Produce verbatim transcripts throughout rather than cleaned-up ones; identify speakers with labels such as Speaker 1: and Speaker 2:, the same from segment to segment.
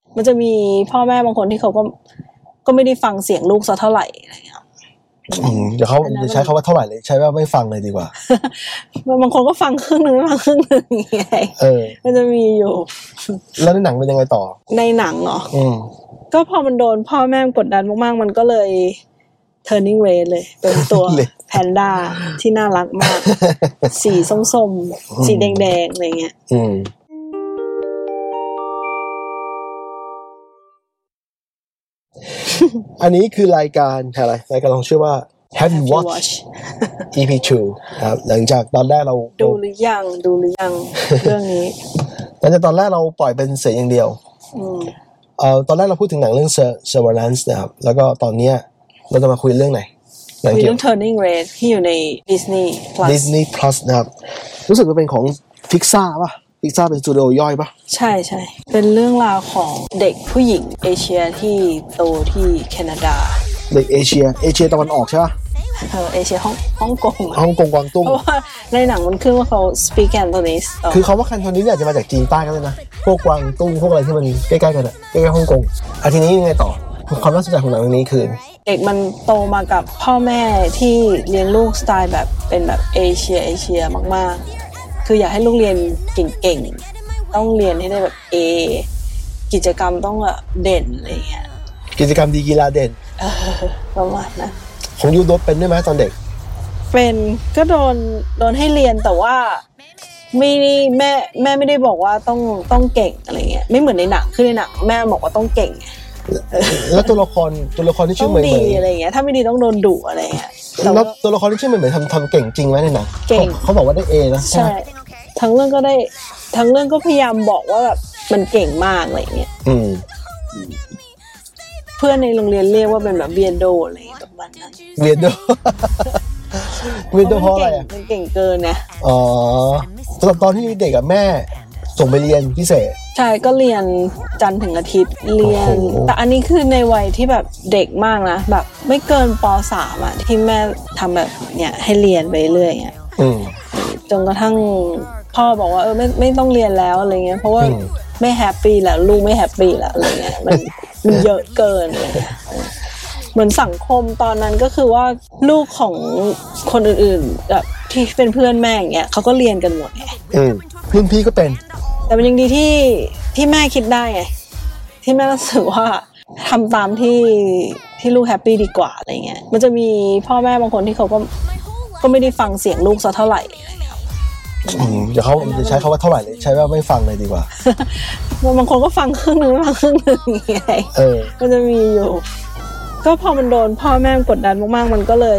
Speaker 1: มันจะมีพ่อแม่บางคนที่เขาก็ก็ไม่ได้ฟังเสียงลูกซะเท่าไหร่อะไรเงี้ย
Speaker 2: อืมเดี๋ยวเขาจะใช้คำว่าเท่าไหร่เลยใช้ว่าไม่ฟังเลยดีกว่า
Speaker 1: บางคนก็ฟังครึ่งนึงไม่ฟังครึ่งนึงอย่างเงี้ยเออมันจะมีอยู่
Speaker 2: แล้วในหนังเป็นยังไงต่อ
Speaker 1: ในหนังเหรออืมก็พอมันโดนพ่อแม่กดดันมากๆมันก็เลย turning red เลยเป็นตัวแพนด้าที่น่ารักมากสีส้มๆสีแดงๆอะไรเงี้ยอืม
Speaker 2: อันนี้คือรายการอะไรรายการเราชื่อว่า Have you watched อี พี ทู ครับหลังจากตอนแรกเรา
Speaker 1: ดูหรือยังดูหรือยังเรื่องนี้
Speaker 2: หลังจากตอนแรกเราปล่อยเป็นเสียงอย่างเดียวอืมเอ่อตอนแรกเราพูดถึงหนังเรื่อง Severance นะครับแล้วก็ตอนเนี้ยเราจะมาคุยเรื่องไหน
Speaker 1: คุยเรื่อง Turning Red ที่อยู่ใน Disney Plus
Speaker 2: Disney Plus นะครับรู้สึกว่าเป็นของ Pixar ป่ะ Pixar เป็นสตูดิโอย่อยป่ะ
Speaker 1: ใช่ๆเป็นเรื่องราวของเด็กผู้หญิงเอเชียที่โตที่แคนาดา
Speaker 2: เด็กเอเชียเอเชียตะวันออกใช่ป่ะ
Speaker 1: เออเอเชียฮ่องฮ่องกง
Speaker 2: ฮ่องกงกวางตุ้ง
Speaker 1: เพราะว่าในหนังมันขึ้นว่าเขา speak Cantonese
Speaker 2: คือเขาว่า Cantonese อาจจะมาจากจีนใต้ก็ได้นะพวกกวางตุ้งพวกอะไรที่มันใกล้ๆกันอ่ะใกล้ๆฮ่องกงอ่ะทีนี้ยังไงต่อความน่าสนใจของหนังเรื่องนี้คือ
Speaker 1: เด็กมันโตมากับพ่อแม่ที่เลี้ยงลูกสไตล์แบบเป็นแบบเอเชียเอเชียมากๆคืออยากให้ลูกเรียนเก่งๆต้องเรียนให้ได้แบบ A กิจกรรมต้องแบบเด่นอะไรเงี้ย
Speaker 2: กิจกรรมดีกีฬาเด่น
Speaker 1: เออประมาณนั้น
Speaker 2: ของยูโดเป็นด้วยไหมตอนเด็ก
Speaker 1: เป็นก็โดนโดนให้เรียนแต่ว่าไม่แม่แม่ไม่ได้บอกว่าต้องต้องเก่งอะไรเงี้ยไม่เหมือนในหนังคือในหนังแม่บอกว่าต้องเก่ง
Speaker 2: แล้วตัวละครตัวละครที่ชื่อเหมยเหมย
Speaker 1: อะไรเงี้ยถ้าไม่ดีต้องโดนดุอะไรเงี้ย
Speaker 2: แล้วตัวละครที่ชื่อเหมยเหมยทำทำเก่งจริงไหมในหนัง
Speaker 1: เก่ง
Speaker 2: เขาบอกว่าได้ A นะ
Speaker 1: ใช่ทั้งเรื่องก็ได้ทั้งเรื่องก็พยายามบอกว่าแบบมันเก่งมากอะไรเงี้ยอืมเพื่อนในโรงเรียนเรียกว่าเป็นแบบเวียนโดอะไรประมาณนั้น
Speaker 2: เวียนโดเวียนโดเพราะอะไรอ่ะ
Speaker 1: มันเก่งเกินนะ
Speaker 2: อ๋อตอนตอนที่เด็กกับแม่ส่งไปเรียนพิเศษ
Speaker 1: ใช่ก็เรียนจันทร์ถึงอาทิตย์เรียนแต่อันนี้คือในวัยที่แบบเด็กมากนะแบบไม่เกินป.สาม อ่ะที่แม่ทำแบบเนี้ยให้เรียนไปเรื่อยเงี้ยจนกระทั่งพ่อบอกว่าเออไม่ไม่ต้องเรียนแล้วอะไรเงี้ยเพราะว่าไม่แฮปปี้แล้วลูกไม่แฮปปี้แล้วอะไรเงี้ยมันมันเยอะเกินเลยเหมือนสังคมตอนนั้นก็คือว่าลูกของคนอื่นๆแบบที่เป็นเพื่อนแม่อย่างเงี้ยเขาก็เรียนกันหมดไง
Speaker 2: รุ่นพี่ก็เป็น
Speaker 1: แต่มันยังดีที่ที่แม่คิดได้ไงที่แม่รู้สึกว่าทำตามที่ที่ลูกแฮปปี้ดีกว่าอะไรเงี้ยมันจะมีพ่อแม่บางคนที่เขาก็ก็ไม่ได้ฟังเสียงลูกซะเท่าไหร่
Speaker 2: เดี๋ยวเขาจะใช้คำว่าเท่าไหร่เลยใช้ว่าไม่ฟังเลยดีกว่า
Speaker 1: บางคนก็ฟังครึ่งนึงไม่ฟังครึ่งนึงอย่างเงี้ยเออมันจะมีอยู่ก็พอมันโดนพ่อแม่กดดันมากๆมันก็เลย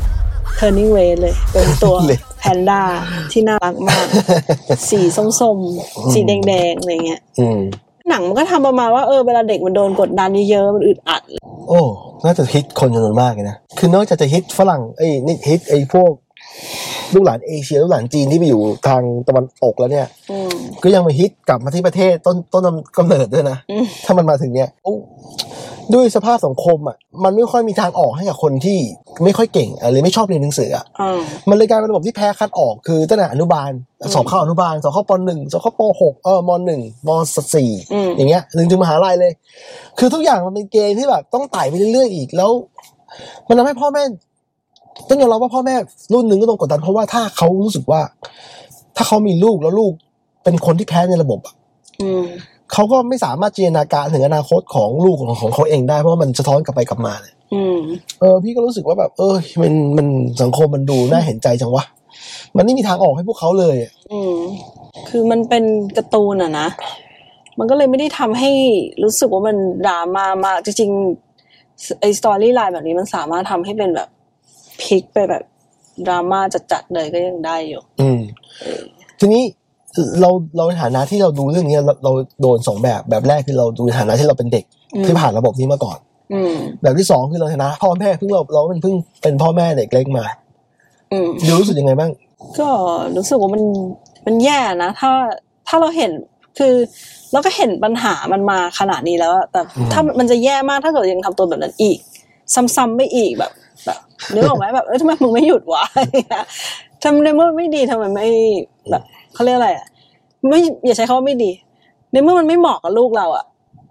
Speaker 1: turning red เลยเป็นตัวแพนด้าที่น่ารักมากสีส้มๆสีแดงๆอะไรเงี้ยหนังมันก็ทำประมาณว่าเออเวลาเด็กมันโดนกดดันเยอะๆมันอึดอัด
Speaker 2: โอ้น่าจะฮิตคนจำนวนมากเลยนะคือนอกจากจะฮิตฝรั่งไอ้นี่ฮิตไอ้พวกลูกหลานเอเชียลูกหลานจีนที่ไปอยู่ทางตะวันตกแล้วเนี่ยก็ยังมาฮิตกลับมาที่ประเทศต้นต้นกำเนิดด้วยนะถ้ามันมาถึงเนี้ยด้วยสภาพสังคมอ่ะมันไม่ค่อยมีทางออกให้กับคนที่ไม่ค่อยเก่งหรือไม่ชอบเรียนหนังสืออ่ะมันเลยกลายเป็นระบบที่แพ้คัดออกคือตั้งแต่อนุบาลสอบเข้าอนุบาลสอบเข้าป.หนึ่ง สอบเข้าป.หก เออม.หนึ่ง ม.สี่ อย่างเงี้ยถึงถึงมหาลัยเลยคือทุกอย่างมันเป็นเกณฑ์ที่แบบต้องไต่ไปเรื่อยๆอีกแล้วมันทำให้พ่อแม่ต้องยอมรับว่าพ่อแม่รุ่นหนึ่งก็ต้องกดดันเพราะว่าถ้าเขารู้สึกว่าถ้าเขามีลูกแล้วลูกเป็นคนที่แพ้ในระบบอ่ะเขาก็ไม่สามารถจินตนาการถึงอนาคตของลูกของของเขาเองได้เพราะว่ามันสะท้อนกลับไปกลับมาเนี่ยเออพี่ก็รู้สึกว่าแบบเออมันมันสังคมมันดูน่าเห็นใจจังวะมันไม่มีทางออกให้พวกเขาเลย
Speaker 1: อืมคือมันเป็นการ์ตูนอะนะมันก็เลยไม่ได้ทำให้รู้สึกว่ามันดราม่ามากจริงๆไอ้สตอรี่ไลน์แบบนี้มันสามารถทำให้เป็นแบบพลิกไปแบบดราม่าจัดๆเลยก็ยังได้อยู่
Speaker 2: อืมทีนี้เราเราในฐานะที่เราดูเรื่องนี้เราเราโดนสองแบบแบบแรกคือเราดูในฐานะที่เราเป็นเด็กที่ผ่านระบบนี้มาก่อนแบบที่สองคือเราในฐานะพ่อแม่เพิ่งเราเราเป็นเพิ่งเป็นพ่อแม่เด็กเล็กมาดูรู้สึกยังไงบ้าง
Speaker 1: ก็รู้สึกว่ามันมันแย่นะถ้าถ้าเราเห็นคือเราก็เห็นปัญหามันมาขนาดนี้แล้วแต่ถ้ามันจะแย่มากถ้าเกิดยังทำตัวแบบนั้นอีกซ้ำๆไม่อีกแบบแบบนึกออกไหมแบบเออทำไมมึงไม่หยุดวะทำในเมื่อไม่ดีทำไมไม่แบบเขาเรียกอะไรอ่ะไม่อย่าใช้คำว่าไม่ดีในเมื่อมันไม่เหมาะกับลูกเราอ่ะ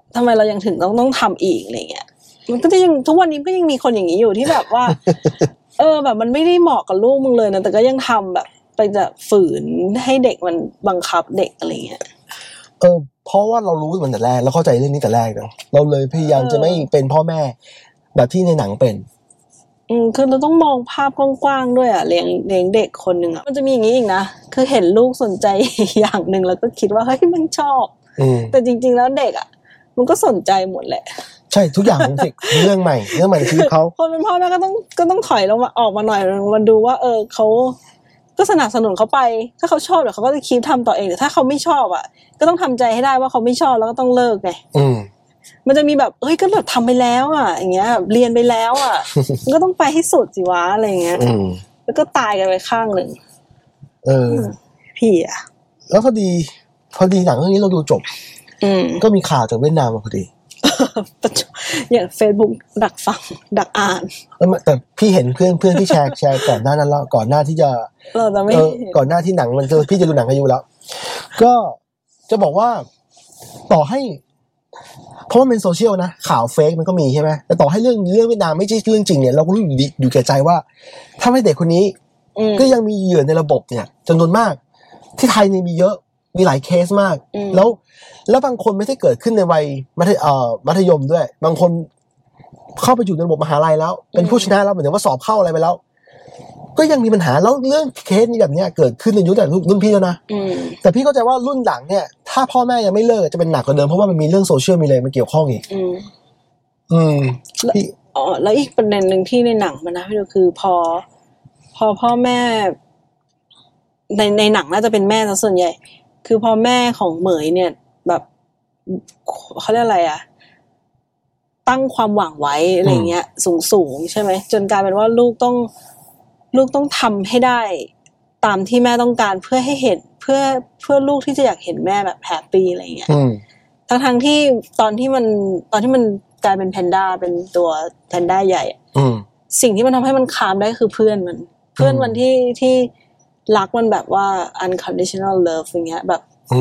Speaker 1: ทำไมเรายังถึงต้องต้องทำอีกอะไรเงี้ยมันก็จะยังทุกวันนี้ก็ยังมีคนอย่างนี้อยู่ที่แบบว่า เออแบบมันไม่ได้เหมาะกับลูกมึงเลยนะแต่ก็ยังทำแบบไปจะฝืนให้เด็กมันบังคับเด็กอะไรเงี้ย
Speaker 2: เออเพราะว่าเรารู้มันแต่แรกเราเข้าใจเรื่องนี้แต่แรกเนาะเราเลยพยายามจะไม่เป็นพ่อแม่แบบที่ในหนังเป็น
Speaker 1: อืมคือเราต้องมองภาพกว้างๆด้วยอ่ะเลี้ยงเลี้ยงเด็กคนหนึ่งอ่ะมันจะมีอย่างนี้อีกนะคือเห็นลูกสนใจอย่างหนึ่งแล้วก็คิดว่าเฮ้ยมันชอบแต่จริงๆแล้วเด็กอ่ะมันก็สนใจหมดแหละ
Speaker 2: ใช่ทุกอย่างมันสิเรื่องใหม่เรื่องใหม่ในชีวิตเขา
Speaker 1: คนเป็นพ่อแม่ก็ต้องก็ต้องถอยลงมาออกมาหน่อยมาดูว่าเออเขาก็สนับสนุนเขาไปถ้าเขาชอบเดี๋ยวเขาก็จะคิดทำต่อเองแต่ถ้าเขาไม่ชอบอ่ะก็ต้องทำใจให้ได้ว่าเขาไม่ชอบแล้วก็ต้องเลิกไงมันจะมีแบบเฮ้ยก็แบบทำไปแล้วอ่ะอย่างเงี้ยเรียนไปแล้วอ่ะ มันก็ต้องไปให้สุดสิวะอะไรเงี้ยแล้วก็ตายกันไปข้างหนึ่ง
Speaker 2: เออ
Speaker 1: พี่อ่ะ
Speaker 2: แล้วพอดีพอดีหนังเรื่องนี้เราดูจบก็มีข่าวจากเวียดนามมาพอดี
Speaker 1: อย่าง Facebook ดักฟังดักอ่าน
Speaker 2: แต่พี่เห็นเพื่อนเพื่อนที่แชร์แชร์ก่อนหน้านั้นแล้วก่อนหน้าที่จะ
Speaker 1: เออแต่ไม่
Speaker 2: ก่อนหน้าที่หนังมันจะพี่จะดูหนังอายุแล้วก็จะบอกว่าต่อให้เพราะว่าเป็นโซเชียลนะข่าวเฟกมันก็มีใช่ไหมแต่ต่อให้เรื่องเรื่องเวียดนามไม่ใช่เรื่องจริงเนี่ยเราก็รู้อยู่แก่ใจว่าถ้าไม่เด็กคนนี้ก็ยังมีเหยื่อในระบบเนี่ยจำนวนมากที่ไทยเนี่ยมีเยอะมีหลายเคสมากแล้วแล้วบางคนไม่ได้เกิดขึ้นในวัยมัธยเอ่อมัธยมด้วยบางคนเข้าไปอยู่ในระบบมหาลัยแล้วเป็นผู้ชนะแล้วเหมือนว่าสอบเข้าอะไรไปแล้วก็ยังมีปัญหาแล้วเรื่องเคสนี้แบบนี้เกิดขึ้นในยุคแต่รุ่นพี่แล้วนะแต่พี่เข้าใจว่ารุ่นหลังเนี่ยถ้าพ่อแม่ยังไม่เลิกจะเป็นหนักกว่าเดิมเพราะว่ามันมีเรื่องโซเชียลมีอะไรมาเกี่ยวข้องอีกอืม
Speaker 1: พี่อ๋อแล้วอีกประเด็นหนึ่งที่ในหนังมันนะพี่ดูคือพอพอพ่อแม่ในในหนังน่าจะเป็นแม่ซะส่วนใหญ่คือพอแม่ของเหมยเนี่ยแบบเขาเรียกอะไรอะตั้งความหวังไว้อะไรเงี้ยสูงๆใช่ไหมจนกลายเป็นว่าลูกต้องลูกต้องทำให้ได้ตามที่แม่ต้องการเพื่อให้เห็นเพื่อเพื่อลูกที่จะอยากเห็นแม่แบบแฮปปี้อะไรเงี้ยทั้งทั้งที่ตอนที่มันตอนที่มันกลายเป็นแพนด้าเป็นตัวแพนด้าใหญ่สิ่งที่มันทำให้มันคามได้คือเพื่อนมันเพื่อนมันที่ที่รักมันแบบว่า unconditional love อย่างเงี้ยแบบ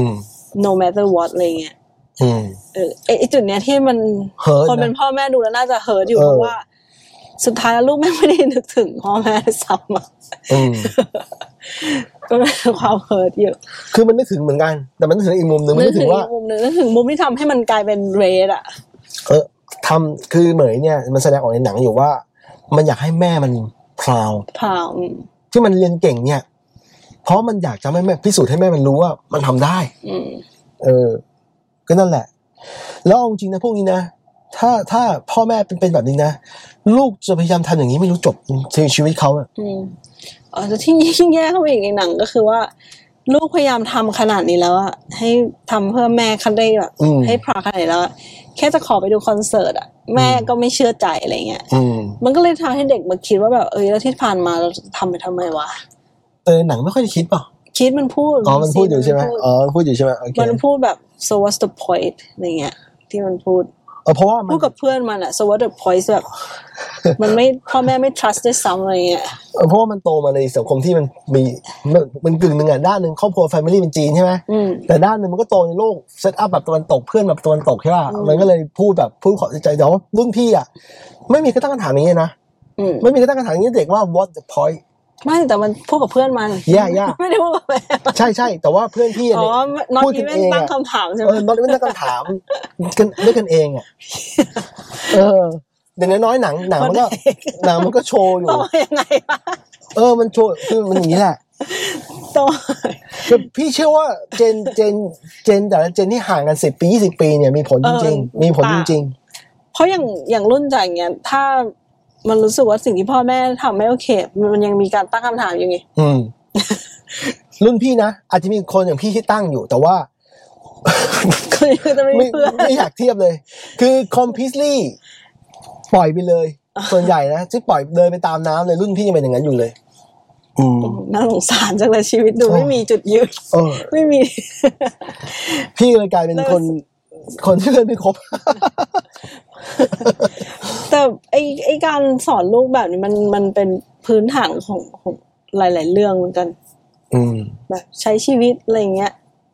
Speaker 1: no matter what อะไรเงี้ยเออไอ้จุดเนี้ยที่มันคนเป็นพ่อแม่ดูแล้วน่าจะเฮิร์ตอยู่เพราะว่าสุดท้ายแล้วลูกแม่ไม่ได้นึกถึงพ่อแม่ซ้ำอ่ะก็เป็นความเฮิร์ตอยู่
Speaker 2: คือมันนึกถึงเหมือนกันแต่มันนึกถึงอีกมุมนึงมันนึกถึงว่า
Speaker 1: มุมนึงนึกถึงมุมที่ทำให้มันกลายเป็นเรดอ่ะ
Speaker 2: เออทำคือเหมยเนี่ยมันแสดงออกในหนังอยู่ว่ามันอยากให้แม่มันพราว
Speaker 1: พราว
Speaker 2: ที่มันเรียนเก่งเนี่ยเพราะมันอยากจะให้แม่พิสูจน์ให้แม่มันรู้ว่ามันทำได้เออก็นั่นแหละแล้วจริงนะพวกนี้นะถ้าถ้าพ่อแม่เป็นเป็นแบบนี้นะลูกจะพยายามทำอย่างนี้ไม่รู้จบในชีวิตเขาอ่ะ
Speaker 1: อืมอ๋อแต่ที่ยิ่งแย่เข้าไปอีกในหนังก็คือว่าลูกพยายามทำขนาดนี้แล้วอะให้ทำเพื่อแม่คันได้แบบให้พราขนาดนี้แล้วแค่จะขอไปดูคอนเสิร์ตอะแม่ก็ไม่เชื่อใจอะไรเงี้ยมันก็เลยทำให้เด็กมาคิดว่าแบบเออแล้วที่ผ่านมาเราทำไปทำไมวะ
Speaker 2: เออหนังไม่ค่อยได้คิดป่ะ
Speaker 1: คิดมันพูด
Speaker 2: อ๋อมันพูดอยู่ใช่ไหมอ๋อพูดอยู่ใช่ไหมโอเค
Speaker 1: มันพูดแบบ so what's the point อะไรเงี้ยที่มันพูด
Speaker 2: เออเพราะว่า
Speaker 1: พูดกับเพื่อนมันอะ so what's the point แบบมันไม่พ่อแม่ไม่ trust ได้ซ้ำอะไรเงี้ย
Speaker 2: เออเพราะว่ามันโตมาในสังคมที่มันมีมันมันกึ่งหนึ่งอะด้านหนึ่งครอบครัว family เป็นจีนใช่ไหมแต่ด้านหนึ่งมันก็โตในโลก set up แบบตะวันตกเพื่อนแบบตะวันตกใช่ป่ะมันก็เลยพูดแบบพูดขอใจแต่ว่ารุ่นพี่อะไม่มีกระตั้งคำถามนี้นะไม่มีกระตั้งคำถามนี้เด็กว่า what the point
Speaker 1: ไม่แต่มันพูดกับเพื่อนมัน
Speaker 2: ย่าย่า
Speaker 1: ไม่ได้พูดกับแม่
Speaker 2: ใช่ใช่แต่ว่าเพื่อนพี่
Speaker 1: เนี่ยพูดกันเองตั้งคำถามใช่ไหม
Speaker 2: เออน็อตไม่ตั้งคำถามกันด้วยกันเองอ่ะเออเดี๋ยวน้อยหนังหนังมันก็หนังมันก็โชว์อยู่
Speaker 1: ยังไงวะ
Speaker 2: เออมันโชว์คือมันอย่างนี้แหละ
Speaker 1: ตัว
Speaker 2: พี่เชื่อว่าเจนเจนเจนแต่ละเจนที่ห่างกันสิบปียี่สิบปีเนี่ยมีผลจริงๆมีผลจริง
Speaker 1: ๆเพราะอย่างอย่างรุ่นจ่ายอย่างเงี้ยถ้ามันรู้สึกว่าสิ่งที่พ่อแม่ทำไม่โอเคมันยังมีการตั้งคำถามอยู่ไง
Speaker 2: อืมรุ่นพี่นะอาจจะมีคนอย่างพี่ที่ตั้งอยู่แต่ว่า
Speaker 1: คือจะไม่
Speaker 2: ไม่ไม่อยากเทียบเลยคือ completely ปล่อยไปเลยส่วนใหญ่นะที่ปล่อยเดินไปตามน้ำเลยรุ่นพี่ยังเป็นอย่างนั้นอยู่เลยอืม
Speaker 1: น่าสงสารจังเลยชีวิตดูไม่มีจุดยืนไม่มี
Speaker 2: พี่เลยกลายเป็นคนคนที่เพื่อนไม่ครบ
Speaker 1: แต่ไอ้ไอ้การสอนลูกแบบนี้มันมันเป็นพื้นฐานของของหลายๆเรื่องเหมือนกันแบบใช้ชีวิตอะไรเงี้ย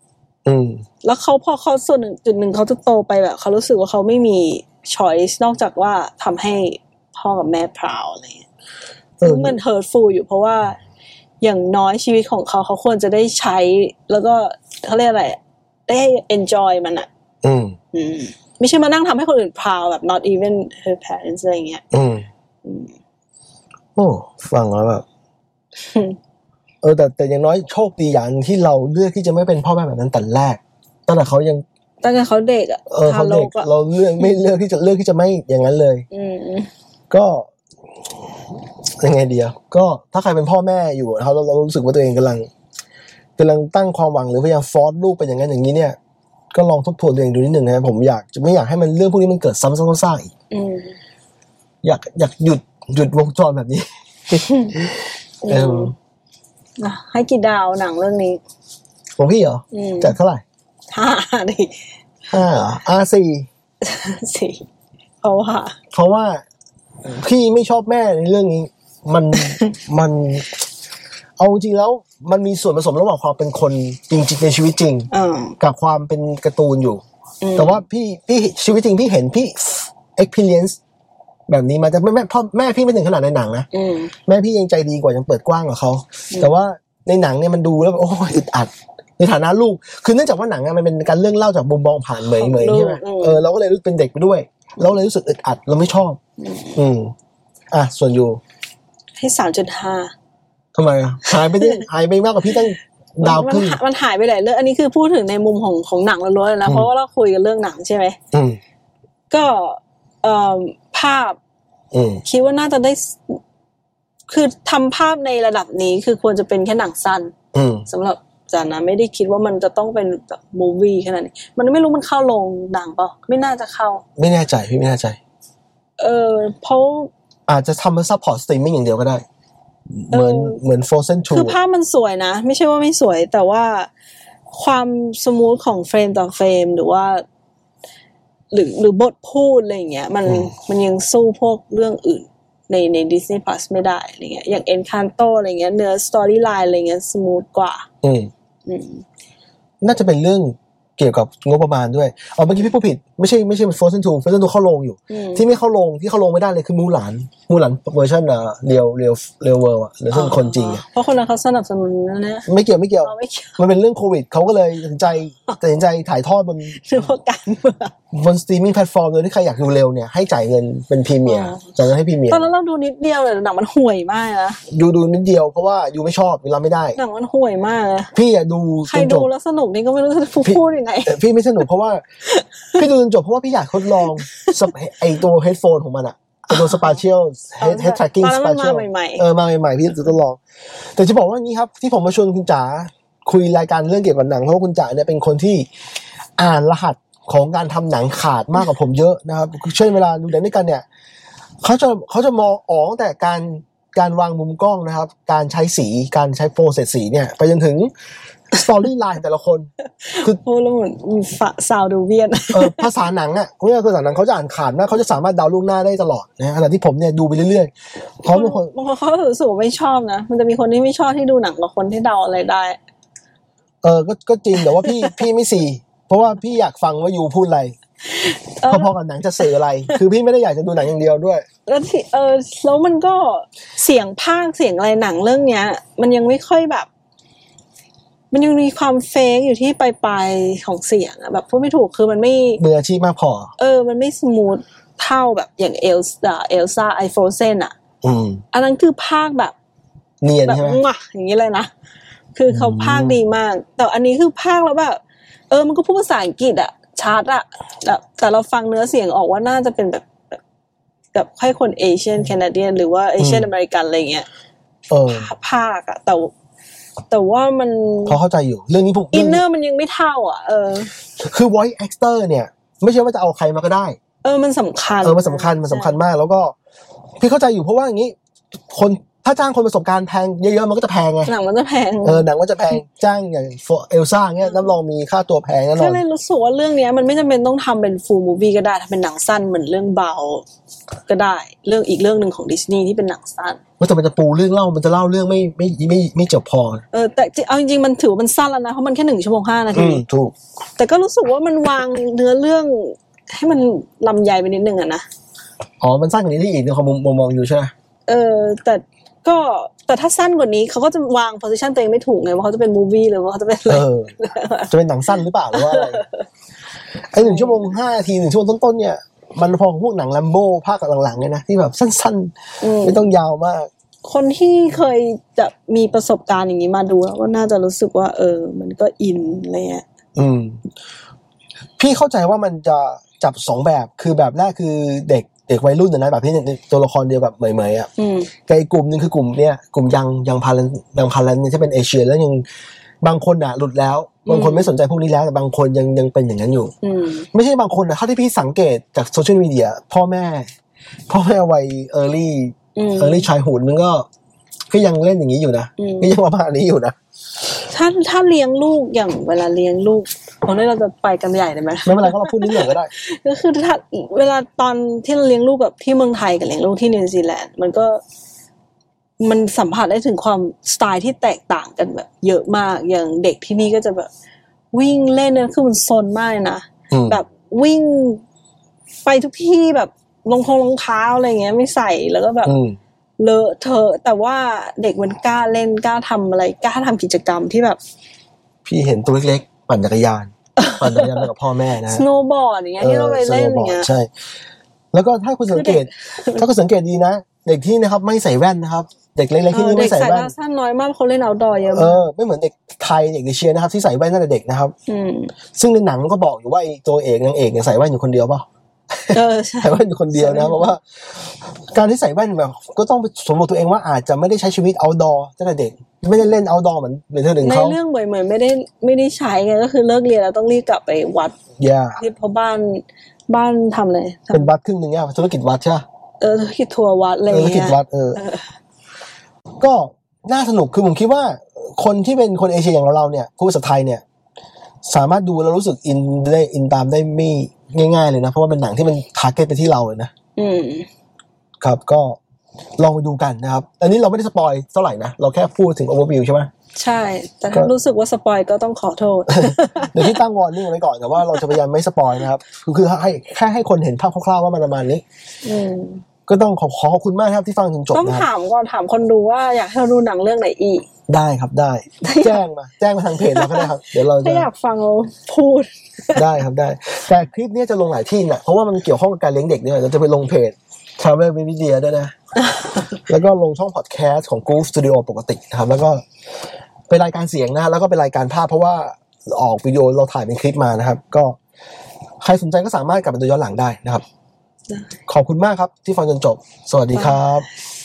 Speaker 2: อืม
Speaker 1: แล้วเขาพอเขาส่วนหนึ่งจุดหนึ่งเขาจะโตไปแบบเขารู้สึกว่าเขาไม่มี choice นอกจากว่าทำให้พ่อกับแม่ proud อะไรเงี้ยซึ่งมัน hurtful อยู่เพราะว่าอย่างน้อยชีวิตของเขาเขาควรจะได้ใช้แล้วก็เขาเรียกอะไรได้ enjoy มันอ่ะ
Speaker 2: อืม
Speaker 1: อืมไม่ใช่มานั่งทำให้คนอื่น proud แบบ not even her parents อะไรเงี้ย
Speaker 2: อืมโอ้ฟังแล้วแบบเออแต่แต่อย่างน้อยโชคดีอย่างที่เราเลือกที่จะไม่เป็นพ่อแม่แบบนั้นแต่แรกตั้งแต่เขายัง
Speaker 1: ตั้งแต่เขาเด็กอ่ะ
Speaker 2: เออเขาเด็กเราเลือกไม่เลือกที่จะเลือกที่จะไม่อย่างนั้นเลย
Speaker 1: อืม
Speaker 2: ก็ยังไงดีอ่ะก็ถ้าใครเป็นพ่อแม่อยู่เขาเราเรารู้สึกว่าตัวเองกำลังกำลังตั้งความหวังหรือพยายามฟอร์สลูกเป็นอย่างนั้นอย่างนี้เนี่ยก็ลองทบทวนตัวเองดูนิดหนึ่งนะผมอยากจะไม่อยากให้มันเรื่องพวกนี้มันเกิดซ้ำซ้ำซากอีกอยากอยากหยุดหยุดวงจรแบบนี้เออ
Speaker 1: ให้กี่ดาวหนังเรื่องนี้
Speaker 2: ของพี่เหรอจากเท่าไหร่
Speaker 1: ห้าดิ
Speaker 2: ห้าเหรออ่าสี่
Speaker 1: สี่เพราะว่า
Speaker 2: เพราะว่าพี่ไม่ชอบแม่ในเรื่องนี้มันมันเอาจริงแล้วมันมีส่วนผสมระหว่างความเป็นคนจริงๆในชีวิตจริงกับความเป็นการ์ตูนอยู่แต่ว่าพี่พี่ชีวิตจริงพี่เห็นพี่ experience แบบนี้มาแต่แม่แม่พ่อแม่พี่ไม่ถึงขนาดในหนังนะแม่พี่ยังใจดีกว่ายังเปิดกว้างกว่าเขาแต่ว่าในหนังเนี่ยมันดูแล้วโอ้ยอึดอัดในฐานะลูกคือเนื่องจากว่าหนังมันเป็นการเรื่องเล่าจากมุมมองผ่านเหมยเหมยใช่ไหมเออเราก็เลยรู้เป็นเด็กไปด้วยเราเลยรู้สึกอึดอัดเราไม่ชอบอืมอ่ะส่วนอยู่
Speaker 1: ให้ สามจุดห้า
Speaker 2: ทำไมอ่ะหายไปได้หายไปมากกว่าพี่ตั้งดาวครึ่ง
Speaker 1: มันหายไปหลายเรื่องอันนี้คือพูดถึงในมุมของของหนังล้วนๆเลยนะเพราะว่าเราคุยกันเรื่องหนังใช่ไหมก็เอ่อภาพคิดว่าน่าจะได้คือทำภาพในระดับนี้คือควรจะเป็นแค่หนังสั้นสำหรับจานะไม่ได้คิดว่ามันจะต้องเป็นแบบมูฟวี่ขนาดนี้มันไม่รู้มันเข้าโรงหนังเปล่าไม่น่าจะเข้า
Speaker 2: ไม่แน่ใจพี่ไม่แน่ใจ
Speaker 1: เออเพราะ
Speaker 2: อาจจะทำเป็นซัพพอร์ตสตรีมมิ่งอย่างเดียวก็ได้เหมือนเหมือน Frozen ทู
Speaker 1: คือภาพมันสวยนะไม่ใช่ว่าไม่สวยแต่ว่าความสมูทของเฟรมต่อเฟรมหรือว่าหรือหรือบทพูดอะไรอย่างเงี้ยมันมันยังสู้พวกเรื่องอื่นในใน Disney Plus ไม่ได้อะไรเงี้ยอย่าง Encanto อะไรเงี้ยเนื้อ storyline อะไรเงี้ยสมูทกว่า
Speaker 2: อืมอืมน่าจะเป็นเรื่องเกี่ยวกับงบประมาณด้วยอ๋อเมื่อกี้พี่พูดผิดไม่ใช่ไม่ใช่ Frozen ทู Frozen ทูเข้าโรงอยู่ที่ไม่เข้าโรงที่เข้าโรงไม่ได้เลยคือมูหลานมูหลานเวอร์ชันอ่ะเรียวเรียวเรียวเวิลด์อ่ะหรือซึ่งคนจริงอ่ะ
Speaker 1: เพราะคนนั้นเขาสนับสนุนนั่นแหละ
Speaker 2: ไม่เกี่ยวไม่เกี่ยวมันเป็นเรื่องโควิดเขาก็เลยตัดสินใจตัดสินใจถ่ายทอดบน
Speaker 1: คือพวกการเมือง
Speaker 2: บนสตรีมมิ่งแพลตฟอร์มเลยที่ใครอยากดูเร็วเนี่ยให้จ่ายเงินเป็นพรีเมียร์จ่ายเงินให้พรีเมียร์
Speaker 1: ตอนนั้นเราดูนิดเดียวเลยหนังมันห่วยมากนะ
Speaker 2: ดูดูนิดเดียวเพราะว่าอยู่ไม่ชอบเวลาไม่ได้
Speaker 1: หนังมันห่วยมากนะ
Speaker 2: พี่อ่ะดู
Speaker 1: ใครดูแล้วสนุกนี่ก็ไม่รู้จะพูดยังไง
Speaker 2: พี่ไม่สนุกเพราะว่าพี่ดูจนจบเพราะว่าพี่อยากทดลองไอตัวเฮดโฟนของมันอะตัว spatial head tracking spatial เออมาใหม่ๆพี่จะทดลองแต่จะบอกว่างี้ครับที่ผมมาชวนคุณจ๋าคุยรายการเรื่องเกี่ยวกับหนังเพราะว่าคุณจ๋าเนี่ยเป็นคนที่อ่านรหัสของการทำหนังขาดมากกว่าผมเยอะนะครับเช่นเวลาดูหนังด้วยกันเนี่ยเขาจะเขาจะมองอ๋อตั้งแต่การการวางมุมกล้องนะครับการใช้สีการใช้โปรเซสสีเนี่ยไปจนถึงสตอรี่ไลน์แต่ละคน
Speaker 1: คือพูดแล้วเหมือนซาวดูเวียน
Speaker 2: เออภาษาหนังอ่ะคุณภาษาหนังเขาจะอ่านขาดมากเขาจะสามารถเดาล่วงหน้าได้ตลอดนะขณะที่ผมเนี่ยดูไปเรื่อยๆเขา
Speaker 1: บางคนบางคนเขารู้สึกไม่ชอบนะมันจะมีคนที่ไม่ชอบที่ดูหนังกับคนที่เดาอะไรได้
Speaker 2: เออก็ก็จริงแต่ว่าพี่พี่ไม่ซีเพราะว่าพี่อยากฟังว่ายูพูดอะไรพอๆกับหนังจะสื่ออะไรคือพี่ไม่ได้อยากจะดูหนังอย่างเดียวด้วย
Speaker 1: แล้วที่เออแล้วมันก็เสียงภาคเสียงอะไรหนังเรื่องเนี้ยมันยังไม่ค่อยแบบมันยังมีความเฟกอยู่ที่ปลายๆของเสียงอะแบบพูดไม่ถูกคือมันไม่
Speaker 2: มืออาชีพมากพอ
Speaker 1: เออมันไม่สมูทเท่าแบบอย่างเอลซ่าเอลซ่าไอโฟเซนอะ
Speaker 2: อืม
Speaker 1: อันนั้นคือภาคแบบ
Speaker 2: เนียนใช่ไหม
Speaker 1: แบบอย่างนี้เลยนะคือเขาภาคดีมากแต่อันนี้คือภาคแล้วแบบเออมันก็พูดภาษาอังกฤษอะชัดอะแต่แต่เราฟังเนื้อเสียงออกว่าน่าจะเป็นแบบแบบให้คนเอเชียนแคนาเดียนหรือว่าเอเชียนอเมริกันอะไรเงี้ย
Speaker 2: เออ
Speaker 1: ภาคอะแต่แต่ว่ามัน
Speaker 2: พอเข้าใจอยู่เรื่องนี้ผม
Speaker 1: อินเนอร์มันยังไม่เท่าอ่ะเออ
Speaker 2: คือ voice actor เนี่ยไม่ใช่ว่าจะเอาใครมาก็ได้
Speaker 1: เออมันสำคัญ
Speaker 2: เออมันสำคัญมันสำคัญมากแล้วก็พี่เข้าใจอยู่เพราะว่าอย่างนี้คนถ้าจ้างคนประสบการณ์แพงเยอะๆมันก็จะแพงไง
Speaker 1: หนังมันจะแพง
Speaker 2: เออหนังมันจะแพงจ้างอย่างเอลซ่าเงี้ยรับรองมีค่าตัวแพงแน่นอน
Speaker 1: ก็เลยรู้สึกว่าเรื่องนี้มันไม่จำเป็นต้องทำเป็นฟูลมูฟวี่ก็ได้ถ้าเป็นหนังสั้นเหมือนเรื่องเบาก็ได้เรื่องอีกเรื่องนึงของดิสนีย์ที่เป็นหนังสั้น
Speaker 2: ว่าแต่มันจะปูเรื่องเล่ามันจะเล่าเรื่องไม่ไม่ไม่ไม่จบพอ
Speaker 1: เออแต่เอาจริงๆมันถือว่ามันสั้นแล้วนะเพราะมันแค่หนึ่งชั่วโมงห้านาที
Speaker 2: ถูก
Speaker 1: แต่ก็รู้สึกว่ามันวางเนื้อเรื่องให้มันลำใหญ่ไปนิดนึงอะนะ
Speaker 2: อ๋อมันสั้นกว่านี้ได้อีกในความมุมมองอยู่ใช่ไหม
Speaker 1: เออแต่ก็แต่ถ้าสั้นกว่านี้เขาก็จะวางโพสิชันตัวเองไม่ถูกไงว่าเขาจะเป็นมูฟวี่หรือว่าเขาจะเป็นอะไร
Speaker 2: จะเป็นหนังสั้นหรือเปล่าหรือว่าอะไรไอ้หนึ่งชั่วโมงห้านาทีหนึ่งชั่วโมงต้นๆเนี่ยมันพอพวกหนังแลมโบ้ภาคหลังๆเนี่ยนะที่แบบสั้นๆไม่ต้องยาวมาก
Speaker 1: คนที่เคยจะมีประสบการณ์อย่างนี้มาดูแล้วก็น่าจะรู้สึกว่าเออมันก็อินอะไรเงี้ย
Speaker 2: อืมพี่เข้าใจว่ามันจะจับสองแบบคือแบบแรกคือเด็กเด็กวัยรุ่นนะแบบที่ตัวละครเดียวแบบเหมยๆอ่ะกับอีกกลุ่มนึงคือกลุ่มเนี้ยกลุ่มยังยังพาลันยังพาลันเนี่ยที่เป็นเอเชียแล้วยังบางคนอ่ะหลุดแล้วบางคนไม่สนใจพวกนี้แล้วแต่บางคนยังยังเป็นอย่างนั้นอยู่ไม่ใช่บางคนนะเท่าที่พี่สังเกตจากโซเชียลมีเดียพ่อแม่พ่อแม่วัย early early childhood มันก็ก็ยังเล่นอย่างนี้อยู่นะก็ยังประมาณนี้อยู่นะ
Speaker 1: ถ้าถ้าเลี้ยงลูกอย่างเวลาเลี้ยงลูกตอนนี้เราจะไปกันใหญ่ได้ไหม
Speaker 2: ไม่เป็นไรก็เราพูดนิดหน่อยก็ได้
Speaker 1: ก็คือถ้าเวลาตอนที่เราเลี้ยงลูกกับที่เมืองไทยกับเลี้ยงลูกที่นิวซีแลนด์มันก็มันสัมผัสได้ถึงความสไตล์ที่แตกต่างกันแบบเยอะมากอย่างเด็กที่นี่ก็จะแบบวิ่งเล่นนั่นคือมันซนมากนะแบบวิ่งไปทุกที่แบบรองเท้ารองเท้าอะไรเงี้ยไม่ใส่แล้วก็แบบเลอะเทอะแต่ว่าเด็กมันกล้าเล่นกล้าทำอะไรกล้าทำกิจกรรมที่แบบ
Speaker 2: พี่เห็นตัวเล็กๆปั่นจักรยานปั่นจักรยานไปกับพ่อแม่นะ
Speaker 1: สโนว์บอร์ดอย่างเงี้ยที่เราไปเล่นอย่างเงี้ย
Speaker 2: ใช่แล้วก็ถ้าคุณสังเกตถ้าคุณสังเกตดีนะเด็กที่นะครับไม่ใส่แว่นนะครับเด็กเล็กๆที่นี่ไม่ใส่แว่นเด็กใส่
Speaker 1: สั้นน้อยมากเขาเล่นเอาท์ดอร์เยอะ
Speaker 2: เออไม่เหมือนเด็กไทยเด็กเอเชียนะครับที่ใส่แว่นตั้งแต่เด็กนะครับซึ่งในหนังมันก็บอกอยู่ว่าไอ้ตัวเอกนางเอกเนี่ยใส่แว่นอยู่คนเดียวเปล่า
Speaker 1: เออใช่
Speaker 2: ใส่แว่นอยู่คนเดียวนะเพราะว่าการที่ใส่แว่นแบบก็ต้องสมมติตัวเองว่าอาจจะไม่ได้ใช้ชีวิตเอาท์ดอร์ตั้งแต่เด็กไม่ได้เล่นเอาท์ดอร์เหมือนเหมือนเธอหนึ่งเขา
Speaker 1: ในเรื่องเหมือนๆไม่ได้ไม่ได้ใช้ไงก็คือเลิกเรียนแล้วต้องรีบกลับไปวัดที่เพราะบ้านบ้านทำอะไร
Speaker 2: เป็นวัดครึ่งนึงเนี่ยธุรกิจวัดใช่ไหม
Speaker 1: เออธุรกิจทัวร์วัดอะไรเงี้ยธุร
Speaker 2: กิจวัดเออก็น่าสนุกคือผมคิดว่าคนที่เป็นคนเอเชียอย่างเราเนี่ยผู้ภาษาไทยเนี่ยสามารถดูแล้วรู้สึกอินได้อินตามได้ไม่ง่ายๆเลยนะเพราะว่าเป็นหนังที่มันทาร์เก็ตไปที่เราเลยนะ
Speaker 1: อืม
Speaker 2: ครับก็ลองไปดูกันนะครับอันนี้เราไม่ได้สปอยเท่าไหร่นะเราแค่พูดถึงโอเวอร์วิวใช่ไหม
Speaker 1: ใช่แต่ถ้ารู้สึกว่าสปอยก็ต้องขอโทษ
Speaker 2: เดี๋ยวที่ตั้งวอร์นิ่งไว้ก่อนแต่ว่าเราจะพยายามไม่สปอยนะครับคือให้แค่ให้คนเห็นภาพคร่าวๆว่ามันประมาณนี้
Speaker 1: อืม
Speaker 2: ก็ต้องขอขอบคุณมากครับที่ฟังจนจบ
Speaker 1: ต้องถามก่อนถามคนดูว่าอยากให้เราดูหนังเรื่องไหนอีก
Speaker 2: ได้ครับได้แจ้งมาแจ้งมาทางเพจเราก็ได้ครับเดี๋ยวเราจะ
Speaker 1: ถ้าอยากฟังเราพูด
Speaker 2: ได้ครับได้แต่คลิปนี้จะลงหลายที่นะเพราะว่ามันเกี่ยวข้องกับการเลี้ยงเด็กด้วยเราจะไปลงเพจ Travel with Media ด้วยนะแล้วก็ลงช่องพอดแคสต์ของ Groove Studio ปกตินะครับแล้วก็เป็นรายการเสียงนะแล้วก็เป็นรายการภาพเพราะว่าออกวิดีโอเราถ่ายเป็นคลิปมานะครับก็ใครสนใจก็สามารถกลับไปดูย้อนหลังได้นะครับขอบคุณมากครับที่ฟังจนจบสวัสดีครับ